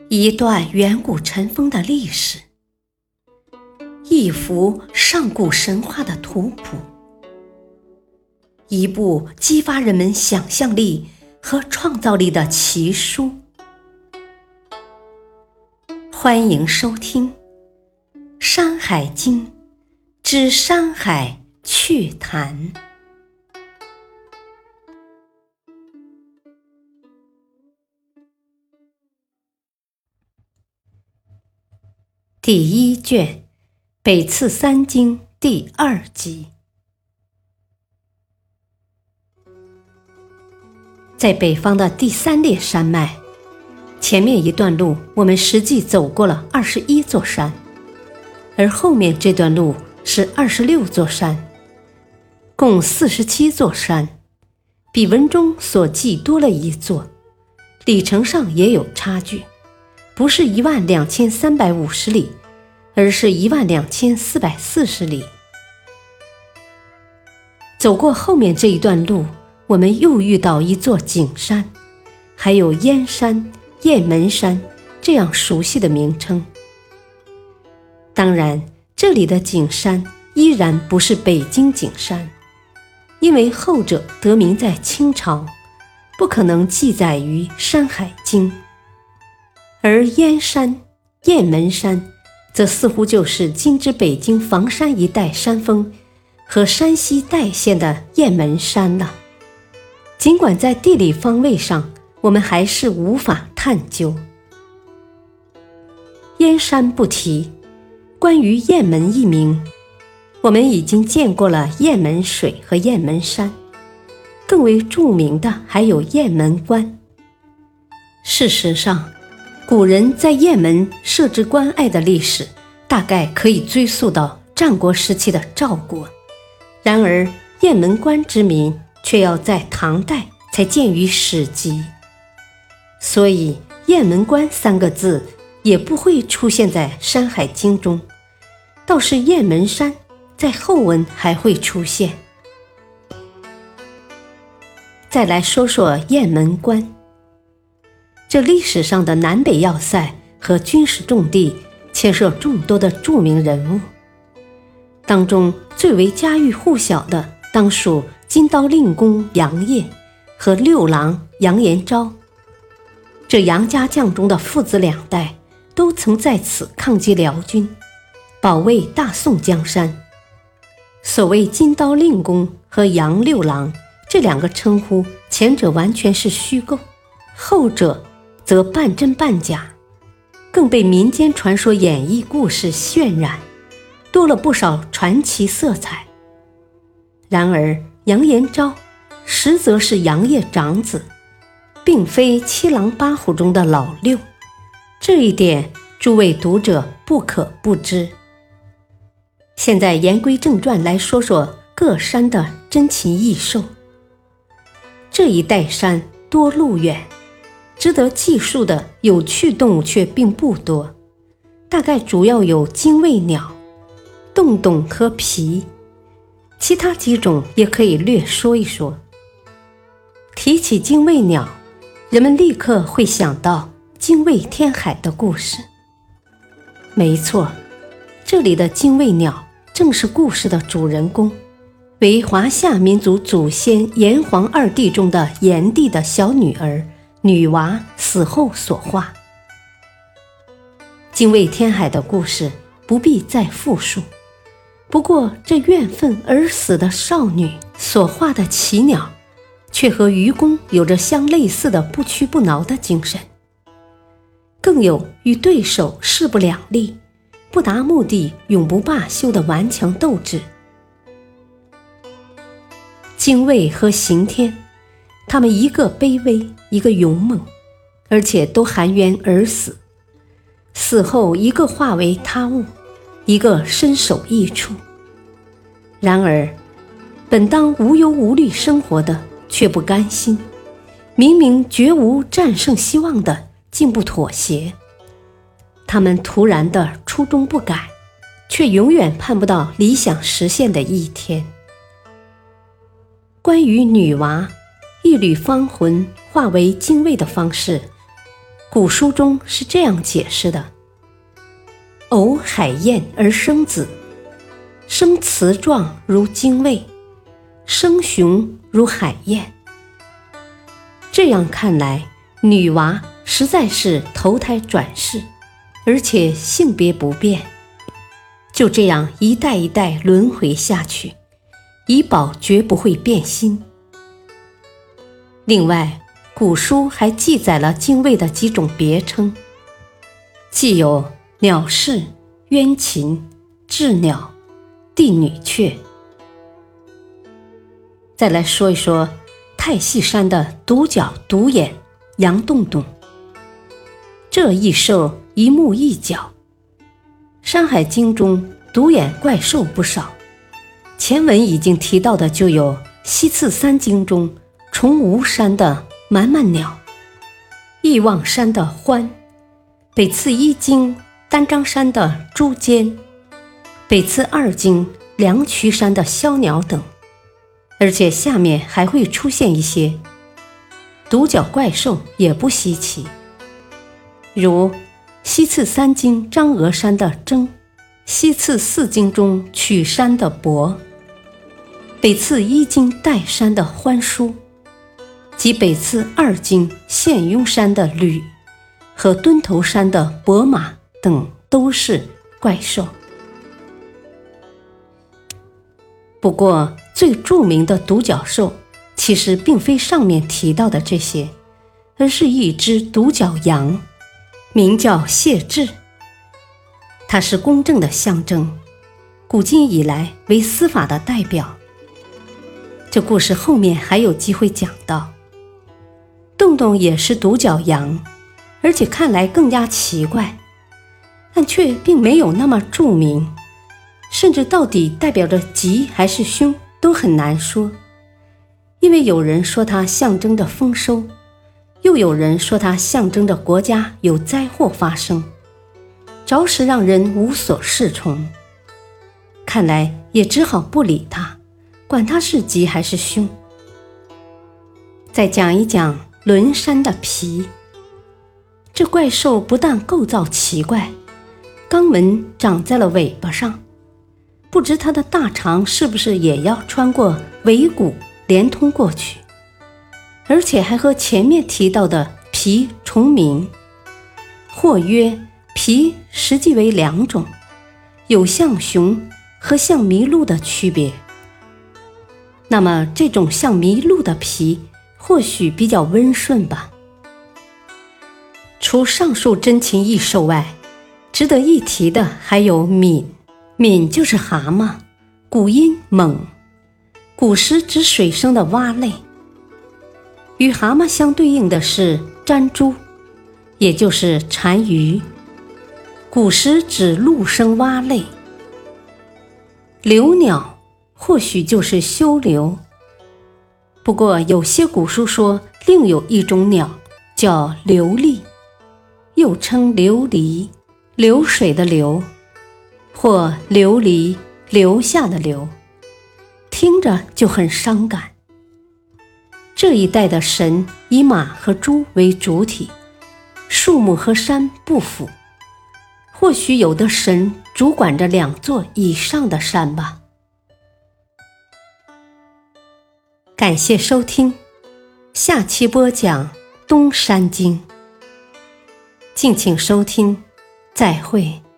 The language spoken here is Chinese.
一段远古尘封的历史，一幅上古神话的图谱，一部激发人们想象力和创造力的奇书。欢迎收听《山海经之山海趣谈》。第一卷，北次三经第2集。在北方的第3列山脉，前面一段路我们实际走过了21座山，而后面这段路是26座山，共47座山，比文中所记多了1座，里程上也有差距，不是12350里，而是12440里。走过后面这一段路，我们又遇到一座景山，还有燕山、雁门山这样熟悉的名称。当然，这里的景山依然不是北京景山，因为后者得名在清朝，不可能记载于《山海经》。而燕山、雁门山则似乎就是今之北京房山一带山峰和山西代县的雁门山了。尽管在地理方位上我们还是无法探究。燕山不提，关于雁门一名，我们已经见过了雁门水和雁门山，更为著名的还有雁门关。事实上，古人在雁门设置关隘的历史大概可以追溯到战国时期的赵国，然而雁门关之名却要在唐代才见于史籍，所以雁门关3个字也不会出现在《山海经》中，倒是雁门山在后文还会出现。再来说说雁门关，这历史上的南北要塞和军事重地牵涉众多的著名人物，当中最为家喻户晓的当属金刀令公杨业和六郎杨延昭。这杨家将中的父子2代都曾在此抗击辽军，保卫大宋江山。所谓金刀令公和杨六郎这2个称呼，前者完全是虚构，后者则半真半假，更被民间传说演绎故事渲染，多了不少传奇色彩。然而杨延昭实则是杨业长子，并非7狼8虎中的老六，这一点诸位读者不可不知。现在言归正传，来说说各山的珍禽异兽。这一带山多路远，值得记述的有趣动物却并不多，大概主要有精卫鸟、洞洞和皮，其他几种也可以略说一说。提起精卫鸟，人们立刻会想到精卫填海的故事。没错，这里的精卫鸟正是故事的主人公，为华夏民族祖先炎黄2帝中的炎帝的小女儿女娃死后所化。精卫填海的故事不必再复述，不过这怨愤而死的少女所化的奇鸟，却和愚公有着相类似的不屈不挠的精神，更有与对手势不两立、不达目的永不罢休的顽强斗志。精卫和刑天，他们一个卑微，一个勇猛，而且都含冤而死，死后一个化为他物，一个身首异处。然而本当无忧无虑生活的却不甘心，明明绝无战胜希望的竟不妥协。他们突然的初衷不改，却永远盼不到理想实现的一天。关于女娃一缕芳魂化为精卫的方式， 古书中是这样解释的：偶海燕而生子，生雌壮如精卫，生雄如海燕。这样看来，女娃实在是投胎转世，而且性别不变，就这样一代一代轮回下去，以保绝不会变心。另外，古书还记载了精卫的几种别称，既有鸟氏、鸢禽、雉鸟、帝女雀。再来说一说太细山的独角独眼杨洞洞，这异兽一目一角。山海经中独眼怪兽不少，前文已经提到的就有西次三经中崇吾山的满满鸟，义望山的獾，北次一经丹章山的朱尖，北次二经梁渠山的枭鸟等。而且下面还会出现一些独角怪兽，也不稀奇，如西次三经张峨山的征，西次四经中曲山的伯，北次一经岱山的欢叔，及北次二经献雍山的吕和敦头山的伯马等，都是怪兽。不过最著名的独角兽其实并非上面提到的这些，而是一只独角羊，名叫谢豸。它是公正的象征，古今以来为司法的代表。这故事后面还有机会讲到。洞洞也是独角羊，而且看来更加奇怪，但却并没有那么著名，甚至到底代表着吉还是凶都很难说。因为有人说它象征着丰收，又有人说它象征着国家有灾祸发生，着实让人无所适从。看来也只好不理它，管它是吉还是凶。再讲一讲轮山的皮。这怪兽不但构造奇怪，肛门长在了尾巴上，不知它的大肠是不是也要穿过尾骨连通过去，而且还和前面提到的皮重名，或曰皮实际为两种，有像熊和像麋鹿的区别。那么这种像麋鹿的皮或许比较温顺吧。除上述珍禽异兽外，值得一提的还有黽。黽就是蛤蟆，古音猛，古时指水生的蛙类。与蛤蟆相对应的是瞻蛛，也就是单于，古时指陆生蛙类。留鸟或许就是修留，不过有些古书说另有一种鸟叫流儷，又称琉璃，流水的流，或琉璃，留下的留，听着就很伤感。这一代的神以马和猪为主体，树木和山不符，或许有的神主管着2座以上的山吧。感谢收听，下期播讲东山经，敬请收听，再会。